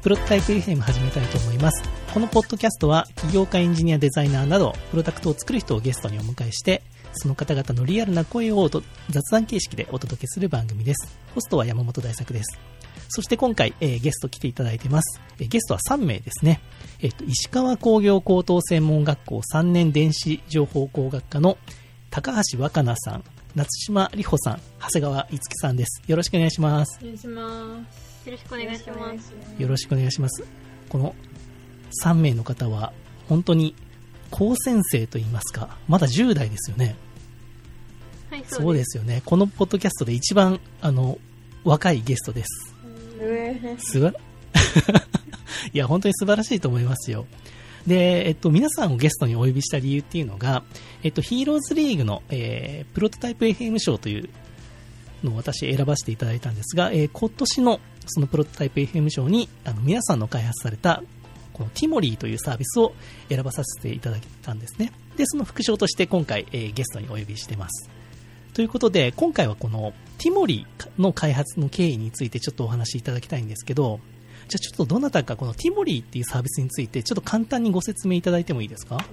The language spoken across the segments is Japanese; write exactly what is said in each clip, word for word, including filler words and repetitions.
プロトタイプ エフエム 始めたいと思います。このポッドキャストは起業家、エンジニア、デザイナーなどプロダクトを作る人をゲストにお迎えして、その方々のリアルな声を雑談形式でお届けする番組です。ホストは山本大作です。そして今回、えー、ゲスト来ていただいてます。えー、ゲストはさん名ですね。えっと、石川工業高等専門学校さんねん電子情報工学科の高橋若菜さん、夏島里穂さん、長谷川いつきさんです。よろしくお願いします。 お願いします。よろしくお願いします。 よろしくお願いします。このさん名の方は本当に高専生といいますか、まだじゅう代ですよね。 はい、そうです。 そうですよね。このポッドキャストで一番あの若いゲストです。すばいや本当に素晴らしいと思いますよ。で、えっと、皆さんをゲストにお呼びした理由っていうのが、えっと、ヒーローズリーグの、えー、プロトタイプ エフエム 賞というのを私選ばせていただいたんですが、えー、今年のそのプロトタイプ エフエム 賞にあの皆さんの開発されたこのティモリーというサービスを選ばさせていただいたんですね。で、その副賞として今回、えー、ゲストにお呼びしてます。ということで、今回はこのティモリーの開発の経緯についてちょっとお話しいただきたいんですけど、じゃあちょっとどなたかこのティモリーっていうサービスについてちょっと簡単にご説明いただいてもいいですか？ はい、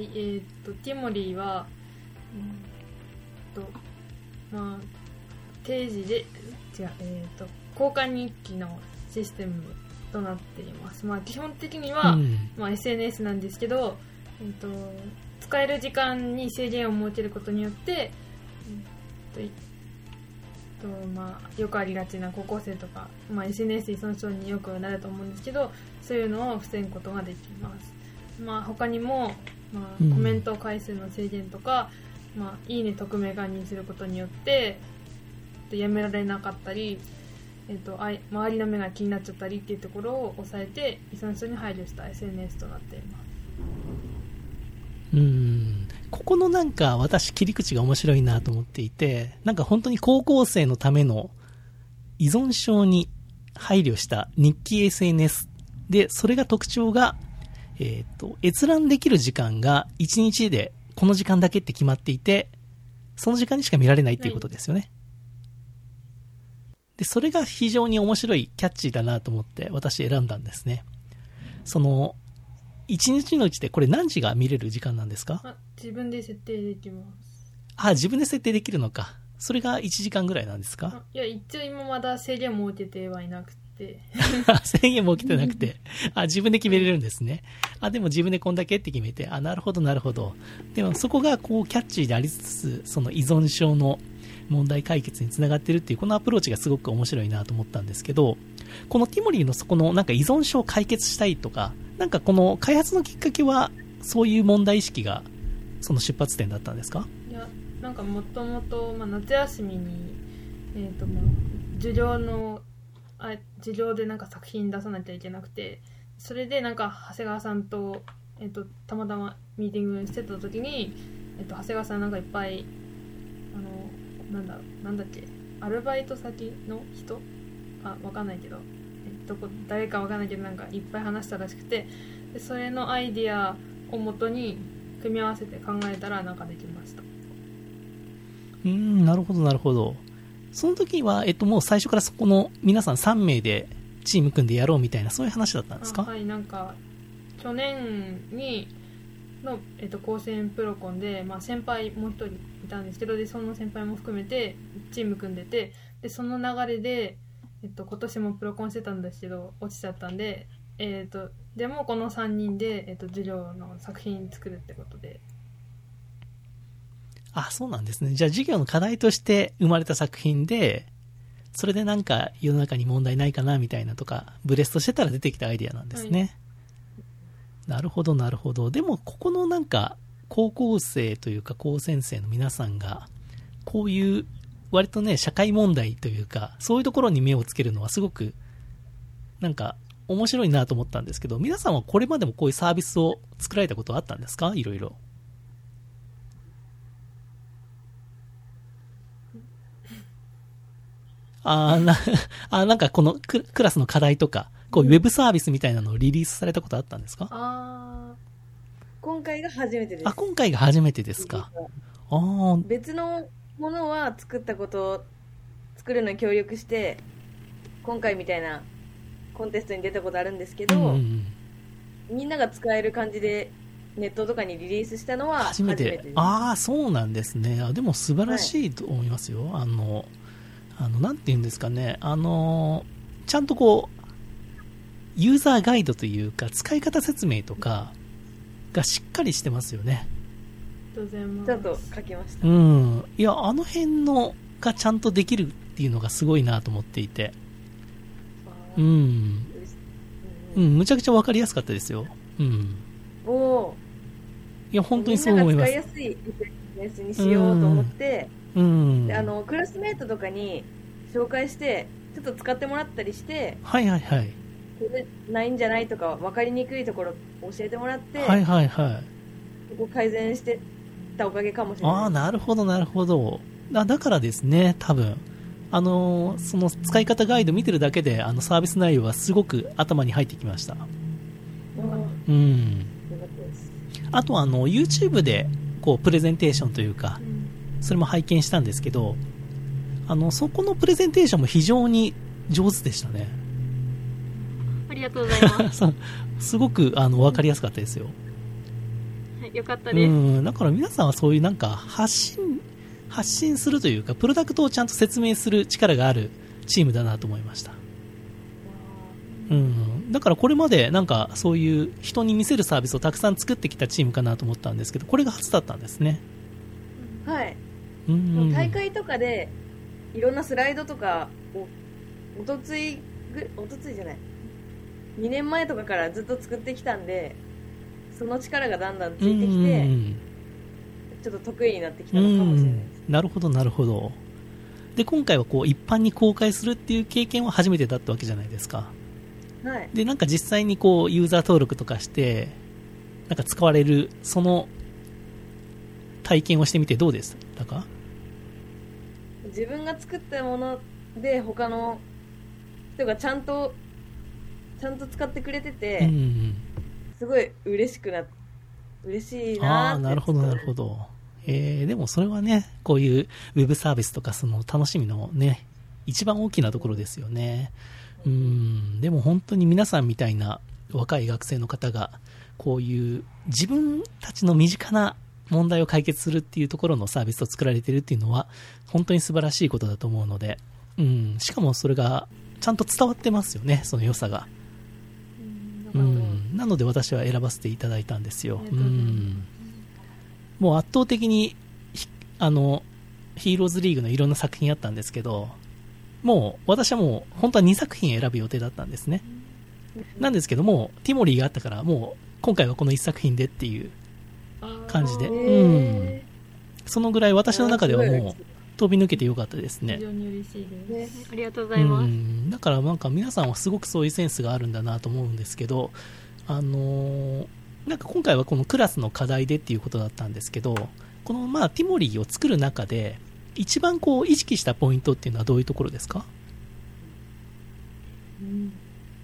えー、っとティモリーは、うんとまあ、定時で違う、えー、っと交換日記のシステムとなっています。まあ、基本的には、うんまあ、エスエヌエス なんですけど、えー、っと使える時間に制限を設けることによって、えー、っととまあ、よくありがちな高校生とか、まあ、エスエヌエス 依存症によくなると思うんですけど、そういうのを防ぐことができます。まあ、他にも、まあ、コメント回数の制限とか、うんまあ、いいね匿名化にすることによってやめられなかったり、えっと、あい周りの目が気になっちゃったりっていうところを抑えて依存症に配慮した エスエヌエス となっています。 うーんここのなんか私切り口が面白いなと思っていて、なんか本当に高校生のための依存症に配慮した日記 エスエヌエス で、それが特徴が、えっと、閲覧できる時間がいちにちでこの時間だけって決まっていて、その時間にしか見られないっていうことですよね。で、それが非常に面白いキャッチーだなと思って私選んだんですね。そのいちにちのうちでこれ何時が見れる時間なんですか？ あ、自分で設定できます。 あ、自分で設定できるのか。それがいちじかんぐらいなんですか？ いや、一応今まだ制限設けてはいなくて制限設けてなくてあ、自分で決めれるんですね。あ、でも自分でこんだけって決めて、あ、なるほどなるほど。でもそこがこうキャッチーでありつつ、その依存症の問題解決につながってるっていうこのアプローチがすごく面白いなと思ったんですけど、このティモリーのそこのなんか依存症を解決したいとか、なんかこの開発のきっかけはそういう問題意識がその出発点だったんですか？ いや、なんかもともと夏休みに、えーとまあ、授業のあ授業でなんか作品出さなきゃいけなくて、それでなんか長谷川さんと、えーとたまたまミーティングしてた時に、えーと長谷川さんなんかいっぱいあのなんだろうなんだっけアルバイト先の人あわかんないけどどこ誰かわかんないけどなんかいっぱい話したらしくて、でそれのアイディアをもとに組み合わせて考えたらなんかできました。 うーん、なるほどなるほど。その時は、えっと、もう最初からそこの皆さんさん名でチーム組んでやろうみたいなそういう話だったんですか？ はい、なんか去年にの、えっと、高専プロコンで、まあ、先輩もう一人いたんですけど、でその先輩も含めてチーム組んでて、でその流れでえっと、今年もプロコンしてたんですけど落ちちゃったんで、えー、とでもこのさんにんで、えー、と授業の作品作るってことで。 あ、そうなんですね。じゃあ授業の課題として生まれた作品で、それでなんか世の中に問題ないかなみたいなとかブレストしてたら出てきたアイデアなんですね、はい、なるほどなるほど。でもここのなんか高校生というか高専生の皆さんがこういう割とね社会問題というかそういうところに目をつけるのはすごくなんか面白いなと思ったんですけど、皆さんはこれまでもこういうサービスを作られたことはあったんですか？いろいろ。あなあなんかこの ク, クラスの課題とかこうウェブサービスみたいなのをリリースされたことあったんですか？ あ今回が初めてです。 あ、今回が初めてですか？あ別のものは作ったことを作るのに協力して、今回みたいなコンテストに出たことあるんですけど、 うんうん、 みんなが使える感じでネットとかにリリースしたのは初めてです。 ああ、そうなんですね。あ、でも素晴らしいと思いますよ。はい、あの、あの、なんて言うんですかね。あの、ちゃんとこう、ユーザーガイドというか、使い方説明とかがしっかりしてますよね。 ちゃんと書きました。 うん。いや、あの辺のがちゃんとできるっていうのがすごいなと思っていて。うん。うん、むちゃくちゃわかりやすかったですよ。うん。 おお。 いや、本当にそう思います。 みんなが使いやすい エスエヌエス にしようと思って、 うん。 で、あの、クラスメートとかに紹介して、ちょっと使ってもらったりして、 はいはいはい。 これないんじゃないとか、分かりにくいところ教えてもらって、 はいはいはい。 そこ改善してたおかげかもしれない。 ああ、なるほどなるほど。だ、だからですね、多分。あのー、その使い方ガイド見てるだけで、あのサービス内容はすごく頭に入ってきました。うん。あとあの YouTube でこうプレゼンテーションというか、それも拝見したんですけど、あのそこのプレゼンテーションも非常に上手でしたね。 ありがとうございますすごくあの分かりやすかったですよ。 はい、よかったです。 うん、だから皆さんはそういうなんか発信発信するというか、プロダクトをちゃんと説明する力があるチームだなと思いました。うん、だからこれまでなんかそういう人に見せるサービスをたくさん作ってきたチームかなと思ったんですけど、これが初だったんですね。 はい、 うん、 大会とかでいろんなスライドとかをおとついぐおとついじゃないにねんまえとかからずっと作ってきたんで、その力がだんだんついてきて、うん、ちょっと得意になってきたのかもしれないです。 なるほどなるほど。で今回はこう一般に公開するっていう経験は初めてだったわけじゃないですか。 はい、 でなんか実際にこうユーザー登録とかしてなんか使われるその体験をしてみてどうでしたか？ 自分が作ったもので他の人がちゃんとちゃんと使ってくれてて、うんうん、すごい嬉しくな嬉しいなって。ああ、 なるほどなるほど。えー、でもそれはね、こういうウェブサービスとかその楽しみのね一番大きなところですよね。うん、でも本当に皆さんみたいな若い学生の方がこういう自分たちの身近な問題を解決するっていうところのサービスを作られているっていうのは本当に素晴らしいことだと思うので、うん、しかもそれがちゃんと伝わってますよね、その良さが。うん、なので私は選ばせていただいたんですよ。うん、もう圧倒的にあのヒーローズリーグのいろんな作品あったんですけど、もう私はもう本当はにさく品選ぶ予定だったんですね。なんですけどもティモリーがあったからもう今回はこのいっさく品でっていう感じで、うん、そのぐらい私の中ではもう飛び抜けてよかったですね。 非常に嬉しいです。ありがとうございます。 うん、だからなんか皆さんはすごくそういうセンスがあるんだなと思うんですけど、あのー、なんか今回はこのクラスの課題でっていうことだったんですけど、このまあティモリーを作る中で一番こう意識したポイントっていうのはどういうところですか？うん、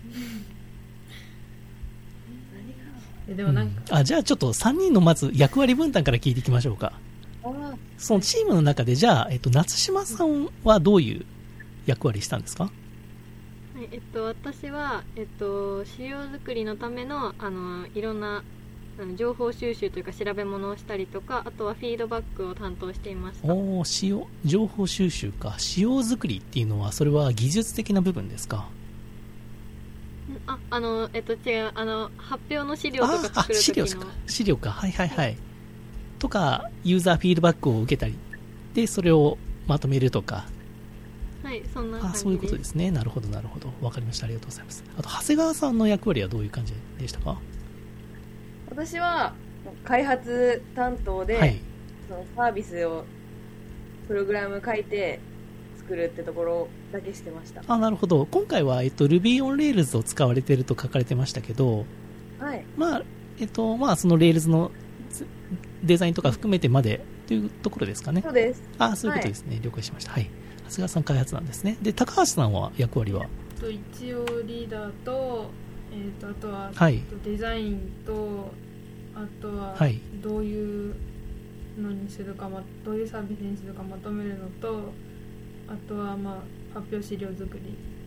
でもなんか、 うん、あじゃあちょっとさんにんのまず役割分担から聞いていきましょうか。そのチームの中でじゃあ、えっと、夏島さんはどういう役割したんですか？はい、えっと、私は、えっと、資料作りのための、あのいろんな情報収集というか調べ物をしたりとか、あとはフィードバックを担当していました。 お仕様情報収集か。仕様作りっていうのはそれは技術的な部分ですか？ ああのえっと違うあの発表の資料とか作るときの資料か資料かはいはいはい、はい、とかユーザーフィードバックを受けたりでそれをまとめるとか。 はいそんな感じです。 あそういうことですね。なるほどなるほど、わかりました。ありがとうございます。あと長谷川さんの役割はどういう感じでしたか？ 私は開発担当で、はい、そのサービスをプログラム書いて作るってところだけしてました。 あなるほど。今回は、えっと、Ruby on Rails を使われていると書かれてましたけど、 はい、 まあえっとまあその Rails のデザインとか含めてまでというところですかね。 そうです。 あそういうことですね、はい、了解しました。はい、長谷川さん開発なんですね。で高橋さんは役割は？ 一応リーダーと、えー、とあとは、 はい、 デザインとあとはどういうのにするか、ま、どういうサービスにするかまとめるのと、あとはまあ発表資料作り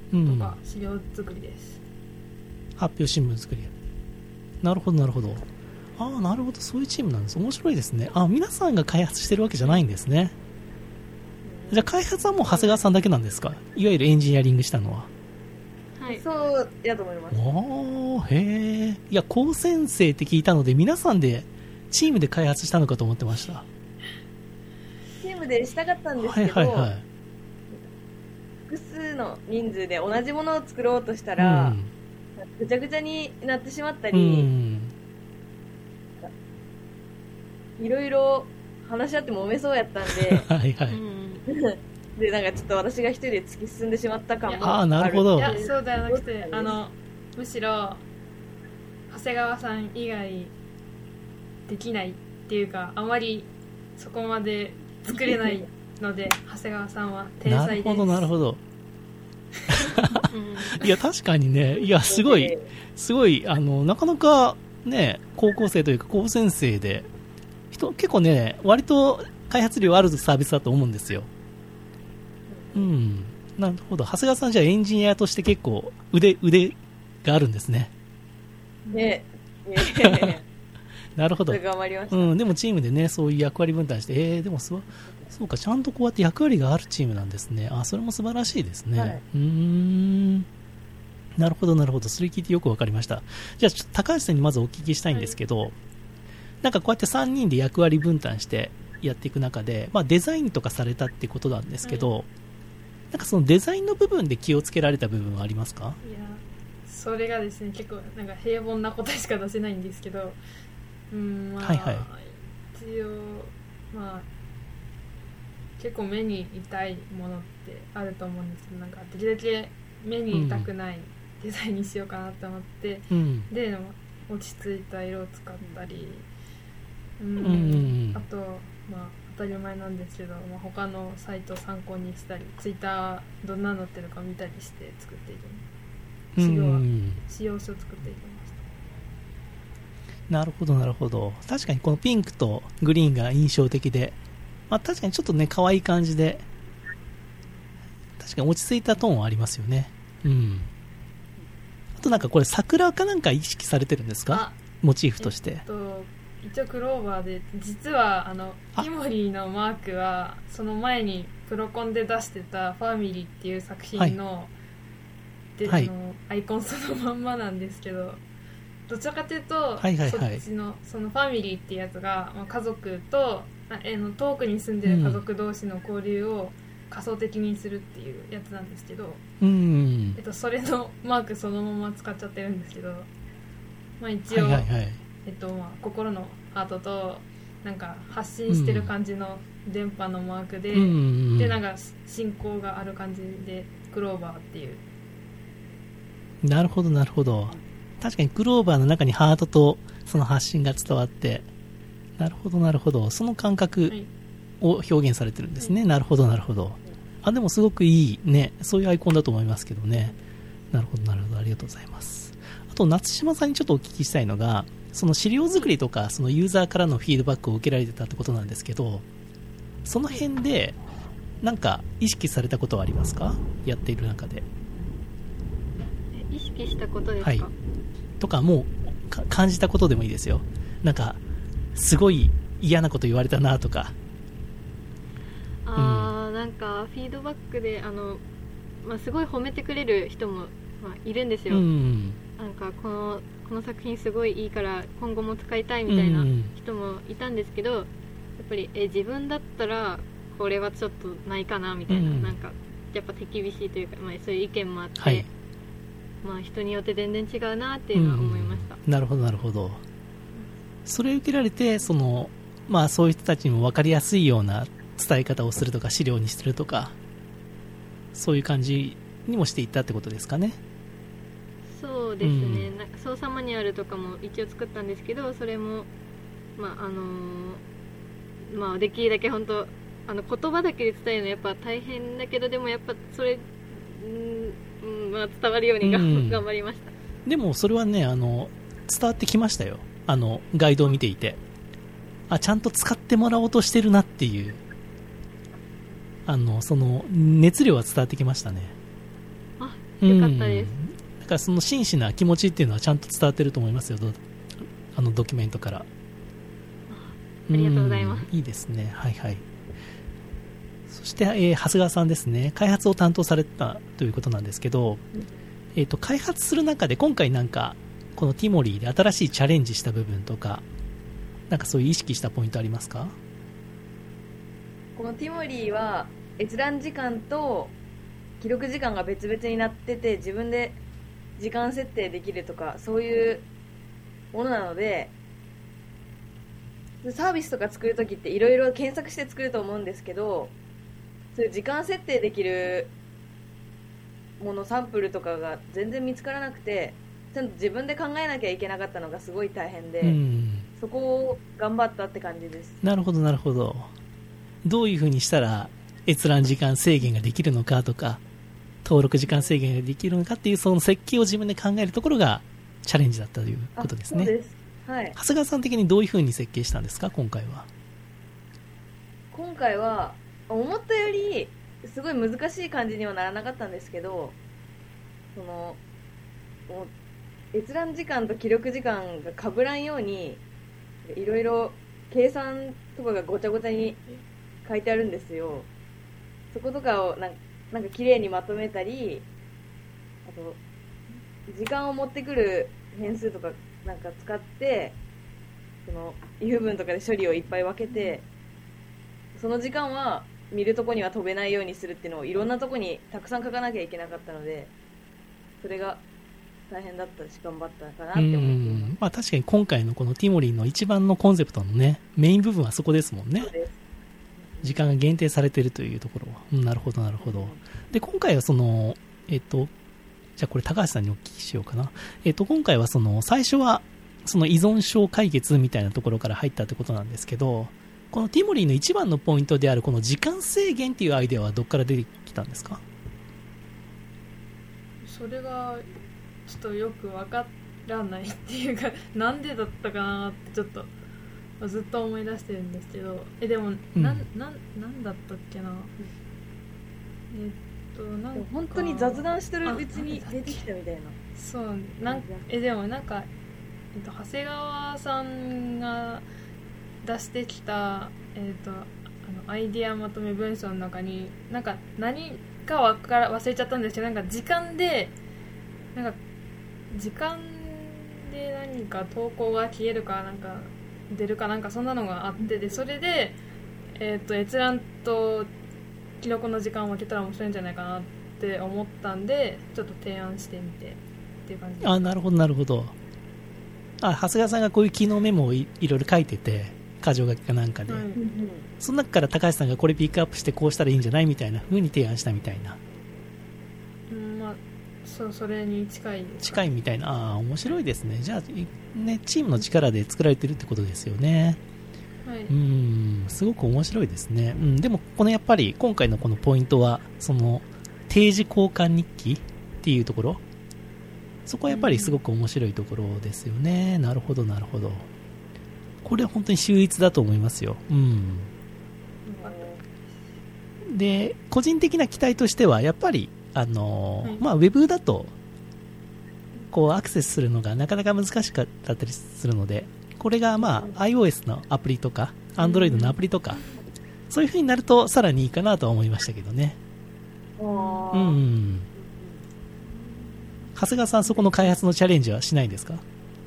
とか資料作りです、 うん、発表新聞作り。なるほどなるほど。ああ、なるほど、そういうチームなんです。面白いですね。あ、皆さんが開発してるわけじゃないんですね。じゃあ開発はもう長谷川さんだけなんですか？いわゆるエンジニアリングしたのは。 はい、そうやと思います。 おー、へえ。いや、高専生って聞いたので皆さんでチームで開発したのかと思ってました。 チームでしたかったんですけど、はいはいはい、複数の人数で同じものを作ろうとしたら、うん、ぐちゃぐちゃになってしまったり、うん、いろいろ話し合っても揉めそうやったんではいはい、うんで、なんかちょっと私が一人で突き進んでしまった感もある。 ああ、なるほど。 いや、そうではなくて、あの、むしろ、長谷川さん以外できないっていうか、あまりそこまで作れないので、長谷川さんは天才です。 なるほど、なるほど。いや、確かにね、いや、すごい、すごい、あの、なかなかね、高校生というか高専生で、人、結構ね、割と開発量あるサービスだと思うんですよ。うん、なるほど。長谷川さんじゃあエンジニアとして結構腕腕があるんですね。 ねえ。なるほど。 頑張りました。 うん、でもチームでね、そういう役割分担して、えー、でもそそうか、ちゃんとこうやって役割があるチームなんですね。あ、それも素晴らしいですね。はい、うーん。なるほど、なるほど。それ聞いてよくわかりました。じゃあ、ちょっと高橋さんにまずお聞きしたいんですけど、はい、なんかこうやってさんにんで役割分担してやっていく中で、まあ、デザインとかされたってことなんですけど、はい、なんかそのデザインの部分で気をつけられた部分はありますか？ いや、それがですね、結構なんか平凡な答えしか出せないんですけど、うん、まあ、はいはい、一応、まあ、結構目に痛いものってあると思うんですけど、なんかできるだけ目に痛くないデザインにしようかなと思って、うん、で、落ち着いた色を使ったり、うん、うん、あと、まあ、当たり前なんですけど、まあ、他のサイトを参考にしたり、ツイッターどんなのってるか見たりして作っていきます。仕様は、仕様書を作っていきました。 なるほどなるほど。確かにこのピンクとグリーンが印象的で、まあ、確かにちょっとね可愛い感じで、確かに落ち着いたトーンはありますよね。うん。あとなんかこれ桜かなんか意識されてるんですか？モチーフとして。えっと一応クローバーで、実はあのティモリーのマークはその前にプロコンで出してたファミリーっていう作品の、はい、で、はい、あのアイコンそのまんまなんですけど、どちらかというと、はいはいはい、そっちのそのファミリーっていうやつが、まあ、家族とえの遠くに住んでる家族同士の交流を仮想的にするっていうやつなんですけど、うん、えっと、それのマークそのまま使っちゃってるんですけど、まあ、一応、はいはいはい、えっとまあ、心のハートとなんか発信してる感じの電波のマークで、うん、でなんか信仰がある感じでクローバーっていう。 なるほどなるほど。確かにクローバーの中にハートとその発信が伝わって、なるほどなるほど、その感覚を表現されてるんですね、はい、なるほどなるほど。あ、でもすごくいいね、そういうアイコンだと思いますけどね。なるほどなるほど、ありがとうございます。あと夏島さんにちょっとお聞きしたいのが、その資料作りとかそのユーザーからのフィードバックを受けられてたってことなんですけど、その辺でなんか意識されたことはありますか？やっている中で。 意識したことですか？はい、 とかもうか感じたことでもいいですよ。なんかすごい嫌なこと言われたなとか。 あー、うん、なんかフィードバックであの、まあ、すごい褒めてくれる人も、まあ、いるんですよ、うん、なんかこのこの作品すごいいいから今後も使いたいみたいな人もいたんですけど、やっぱりえ自分だったらこれはちょっとないかなみたいな、うん、なんかやっぱ手厳しいというか、まあ、そういう意見もあって、はい、まあ、人によって全然違うなっていうのは思いました、 うん、なるほどなるほど。それを受けられてその、まあ、そういう人たちにも分かりやすいような伝え方をするとか資料にするとか、そういう感じにもしていったってことですかね。 そうですね、うん、なんか操作マニュアルとかも一応作ったんですけど、それも、まああのーまあ、できるだけ本当あの言葉だけで伝えるのはやっぱ大変だけど、でもやっぱそれ、うんうん、まあ、伝わるようにが、うん、頑張りました。 でもそれはね、あの伝わってきましたよ。あのガイドを見ていて、あ、ちゃんと使ってもらおうとしてるなっていう、あのその熱量は伝わってきましたね。 あ、 よかったです。 だからその真摯な気持ちっていうのはちゃんと伝わってると思いますよ、あのドキュメントから。 ありがとうございます。 いいですね。はいはい。そして、えー、長谷川さんですね、開発を担当されたということなんですけど、えーと、開発する中で今回なんかこのティモリーで新しいチャレンジした部分とか、なんかそういう意識したポイントありますか？ このティモリーは閲覧時間と記録時間が別々になってて、自分で時間設定できるとかそういうものなので、サービスとか作るときっていろいろ検索して作ると思うんですけど、そういう時間設定できるもの、サンプルとかが全然見つからなくて、ちゃんと自分で考えなきゃいけなかったのがすごい大変で、うん、そこを頑張ったって感じです。 なるほどなるほど。どういうふうにしたら閲覧時間制限ができるのかとか、登録時間制限ができるのかっていうその設計を自分で考えるところがチャレンジだったということですね。 そうです、はい、 長谷川さん的にどういうふうに設計したんですか、今回は。 今回は思ったよりすごい難しい感じにはならなかったんですけど、その閲覧時間と記録時間が被らんようにいろいろ計算とかがごちゃごちゃに書いてあるんですよ。そことかをなんかなんか綺麗にまとめたり、あと時間を持ってくる変数とかなんか使って、その if 文とかで処理をいっぱい分けて、その時間は見るとこには飛べないようにするっていうのをいろんなとこにたくさん書かなきゃいけなかったので、それが大変だったし頑張ったかなって思っています。 まあ、確かに今回のこのティモリーの一番のコンセプトのね、メイン部分はそこですもんね。 そうです。 時間が限定されているというところは、うん、なるほどなるほど。で今回はそのえっとじゃあこれ高橋さんにお聞きしようかな。えっと今回はその最初はその依存症解決みたいなところから入ったってことなんですけど、このティモリーの一番のポイントであるこの時間制限っていうアイデアはどこから出てきたんですか？ それがちょっとよくわからないっていうか、なんでだったかなってちょっとずっと思い出してるんですけど、えでも、うん、な, な, なんだったっけな、えっとなんか本当に雑談してるうちに出てきたみたいな。 そうなんえでもなんか、えっと、長谷川さんが出してきた、えっと、あのアイディアまとめ文章の中になんか何かわから忘れちゃったんですけど、なんか時間でなんか時間で何か投稿が消えるかなんか出るかなんかそんなのがあって、でそれで、えー、と閲覧と記録の時間を分けたら面白いんじゃないかなって思ったんで、ちょっと提案してみてっていう感じです。 あ、なるほどなるほど。あ、長谷川さんがこういう機能メモを い, いろいろ書いてて、箇条書きかなんかで、はい、その中から高橋さんがこれピックアップしてこうしたらいいんじゃないみたいな風に提案したみたいな。 うん、まあそうそれに近いです。 近いみたいな。ああ、面白いですね。じゃあ、ね、チームの力で作られてるってことですよね。はい、うん、すごく面白いですね。うん、でもこのやっぱり今回のこのポイントはその定時交換日記っていうところ、そこはやっぱりすごく面白いところですよね。うん、なるほどなるほど。これは本当に秀逸だと思いますよ。うん。で個人的な期待としてはやっぱりあの、はい、まあ、ウェブだとこうアクセスするのがなかなか難しかったりするので、これが、まあ、iOS のアプリとか Android のアプリとか、うん、そういう風になるとさらにいいかなとは思いましたけどね。うん、長谷川さん、そこの開発のチャレンジはしないんですか？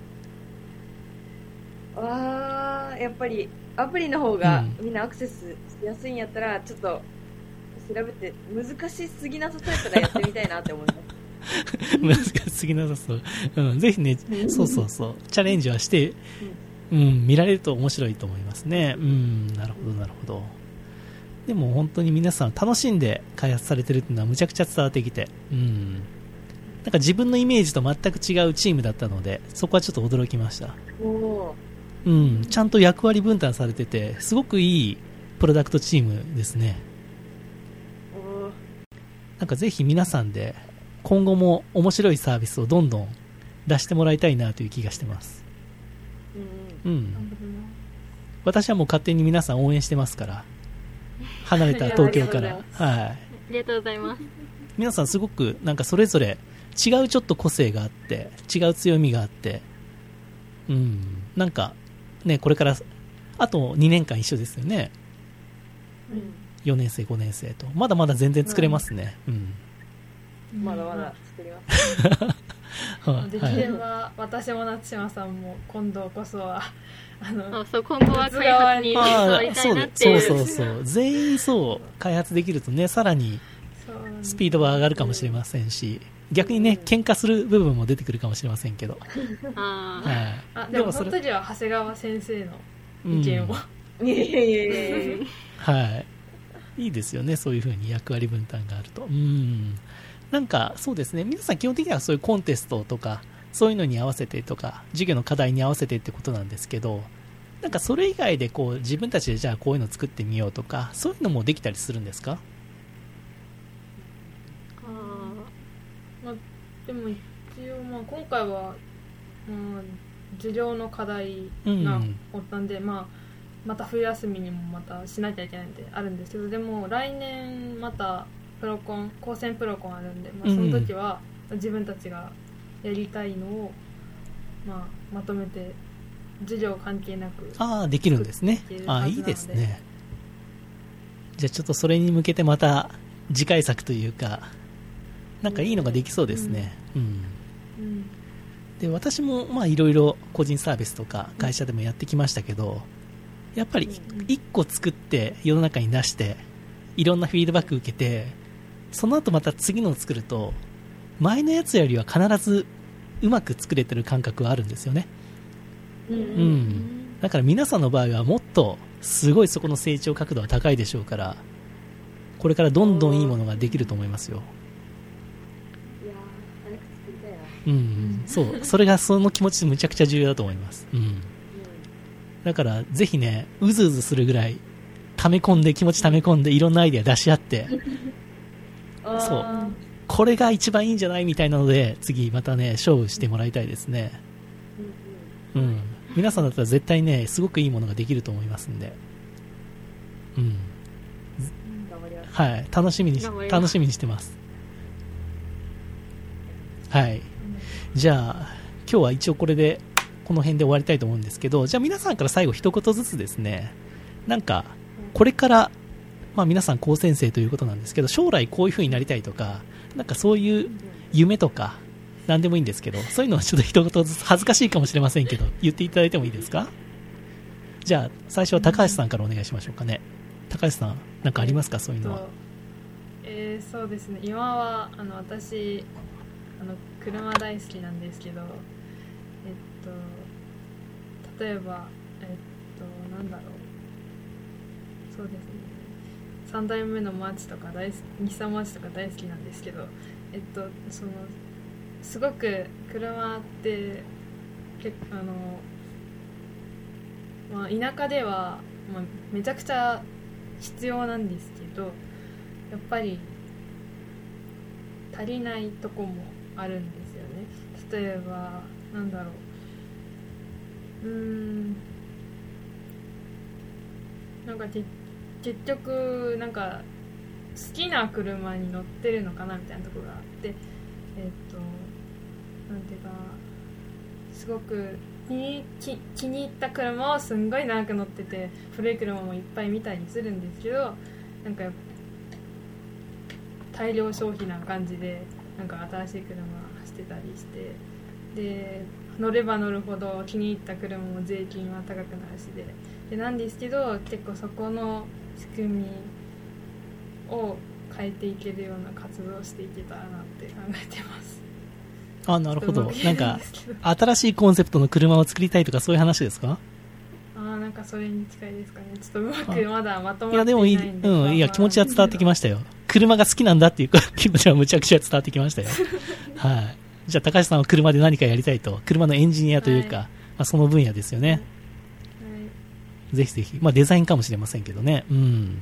あー、やっぱりアプリの方がみんなアクセスしやすいんやったら、ちょっと調べて難しすぎなさそうやったらやってみたいなって思います難しすぎなさそう、うん、ぜひね、そうそうそうチャレンジはして、うんうん、見られると面白いと思いますね。うん、なるほどなるほど。でも本当に皆さん楽しんで開発されてるっていうのはむちゃくちゃ伝わってきて、うん、なんか自分のイメージと全く違うチームだったので、そこはちょっと驚きました。お、うん、ちゃんと役割分担されててすごくいいプロダクトチームですね。なんかぜひ皆さんで今後も面白いサービスをどんどん出してもらいたいなという気がしてます。うん、うん、私はもう勝手に皆さん応援してますから、離れた東京からはい、 ありがとうございます。 皆さんすごくなんかそれぞれ違うちょっと個性があって違う強みがあって、うん、なんかねこれからあとにねんかん一緒ですよね、うん、よねん生ごねん生とまだまだ全然作れますね、うんうん、まだまだ作りますできれば私も夏島さんも今度こそはあのあそう今後は開発に携わりたいなっていう、そうそうそう全員そう開発できるとねさらにスピードは上がるかもしれませんし逆にね喧嘩する部分も出てくるかもしれませんけどあ、はい、あでもその時は長谷川先生の意見を、 うん、いやいやいやいやはいいいですよねそういう風に役割分担があるとうんなんかそうですね皆さん基本的にはそういうコンテストとかそういうのに合わせてとか授業の課題に合わせてってことなんですけどなんかそれ以外でこう自分たちでじゃあこういうの作ってみようとかそういうのもできたりするんですか？ まあ、でも一応、まあ、今回は、まあ、授業の課題がおったんで、うんまあ、また冬休みにもまたしなきゃいけないんであるんですけどでも来年またプロコン高専プロコンあるんで、まあ、その時は自分たちがやりたいのを、まあ、まとめて授業関係なくああできるんですねああいいですねじゃあちょっとそれに向けてまた次回作というかなんかいいのができそうですね、うんうんうん、で私もまあいろいろ個人サービスとか会社でもやってきましたけどやっぱりいっこ作って世の中に出していろんなフィードバック受けてその後また次のを作ると前のやつよりは必ずうまく作れてる感覚はあるんですよね、うんうん、だから皆さんの場合はもっとすごいそこの成長角度は高いでしょうからこれからどんどんいいものができると思いますよ。うんうん、そうそれがその気持ちむちゃくちゃ重要だと思います、うん、だからぜひねうずうずするぐらい溜め込んで気持ち溜め込んでいろんなアイデア出し合ってそうこれが一番いいんじゃないみたいなので次またね勝負してもらいたいですね、うん、皆さんだったら絶対ねすごくいいものができると思いますんで、うん、はい、楽しみにし楽しみにしてます。はい、じゃあ今日は一応これでこの辺で終わりたいと思うんですけどじゃあ皆さんから最後一言ずつですねなんかこれから、まあ、皆さん高専生ということなんですけど将来こういう風になりたいとかなんかそういう夢とか何でもいいんですけどそういうのはちょっと一言ずつ恥ずかしいかもしれませんけど言っていただいてもいいですか？じゃあ最初は高橋さんからお願いしましょうかね。高橋さんなんかありますかそういうのは。 えー、そうですね今はあの私あの車大好きなんですけど、えっと、例えば、えっと、なんだろうそうですねさんだいめのマーチとか大好き日産マーチとか大好きなんですけど、えっと、そのすごく車って結あの、まあ、田舎では、まあ、めちゃくちゃ必要なんですけどやっぱり足りないとこもあるんですよね。例えばなんだろううーんなんか結局なんか好きな車に乗ってるのかなみたいなところがあってえっとなんていうかすごく気に、気、気に入った車をすんごい長く乗ってて古い車もいっぱい見たりするんですけどなんか大量消費な感じでなんか新しい車走ってたりしてで乗れば乗るほど気に入った車も税金は高くなるしで、でなんですけど結構そこの仕組みを変えていけるような活動をしていけたらなって考えてます。 あ、なるほど。なんか新しいコンセプトの車を作りたいとかそういう話ですか？ あ、なんかそれに近いですかね。ちょっとうまくまだまとまっていないんで。いやでもいい、うん、いや気持ちは伝わってきましたよ。車が好きなんだっていう気持ちはむちゃくちゃ伝わってきましたよ。はい。じゃあ高橋さんは車で何かやりたいと、車のエンジニアというか、はい、まあ、その分野ですよね。はい、ぜひぜひ、まあデザインかもしれませんけどね。うん。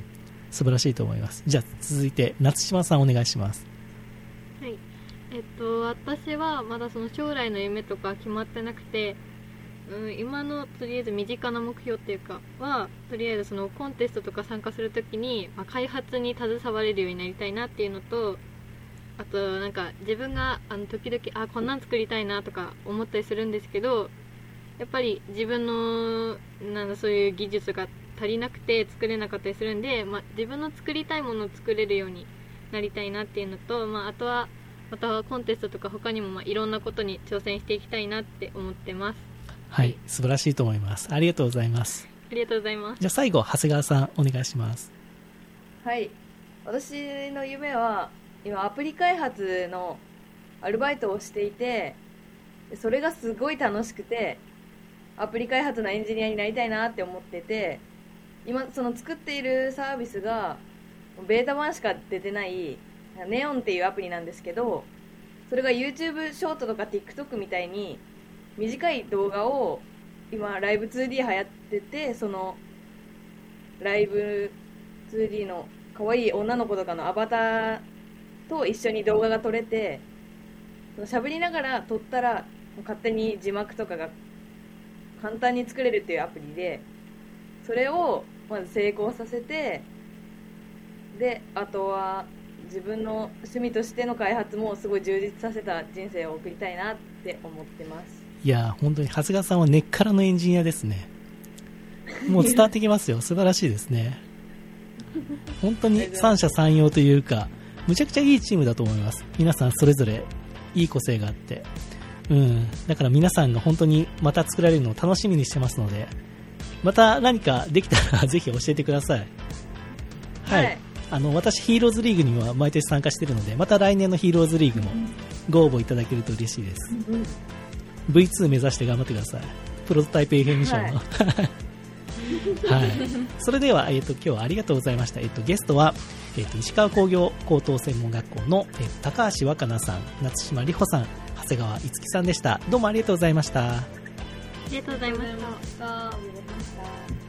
素晴らしいと思います。じゃあ続いて夏島さんお願いします。 はい。えっと私はまだその将来の夢とか決まってなくて、うん、今のとりあえず身近な目標っていうかはとりあえずそのコンテストとか参加するときに、まあ、開発に携われるようになりたいなっていうのと、 あとなんか自分があの時々あこんなん作りたいなとか思ったりするんですけど、やっぱり自分のなんだそういう技術が足りなくて作れなかったりするんで、まあ、自分の作りたいものを作れるようになりたいなっていうのと、まあ、あとはまたコンテストとか他にもまあいろんなことに挑戦していきたいなって思ってます。 はい、素晴らしいと思います。ありがとうございます。 ありがとうございます。 じゃあ最後長谷川さんお願いします。 はい、私の夢は今アプリ開発のアルバイトをしていて、それがすごい楽しくてアプリ開発のエンジニアになりたいなって思ってて、今その作っているサービスがベータ版しか出てないネオンっていうアプリなんですけど、それが YouTube ショートとか TikTok みたいに短い動画を今ライブ ツーディー 流行ってて、そのライブ ツーディー の可愛い女の子とかのアバターと一緒に動画が撮れて、喋りながら撮ったら勝手に字幕とかが簡単に作れるっていうアプリで、それをまず成功させて、であとは自分の趣味としての開発もすごい充実させた人生を送りたいなって思ってます。 いや本当に長谷川さんは根っからのエンジニアですね。もう伝わってきますよ。素晴らしいですね。本当に三者三様というかむちゃくちゃいいチームだと思います。皆さんそれぞれいい個性があって、うん、だから皆さんが本当にまた作られるのを楽しみにしてますので、また何かできたらぜひ教えてください。はい、はい、あの私ヒーローズリーグには毎年参加しているので、また来年のヒーローズリーグもご応募いただけると嬉しいです。うん、ブイツー 目指して頑張ってください。プロトタイプ エフエム 賞の、はいはい、それでは、えー、と今日はありがとうございました。えー、とゲストは、えー、と石川工業高等専門学校の、えー、高橋若菜さん、夏島里穂さん、長谷川いつきさんでした。どうもありがとうございました。 ありがとうございました。 ありがとうございました。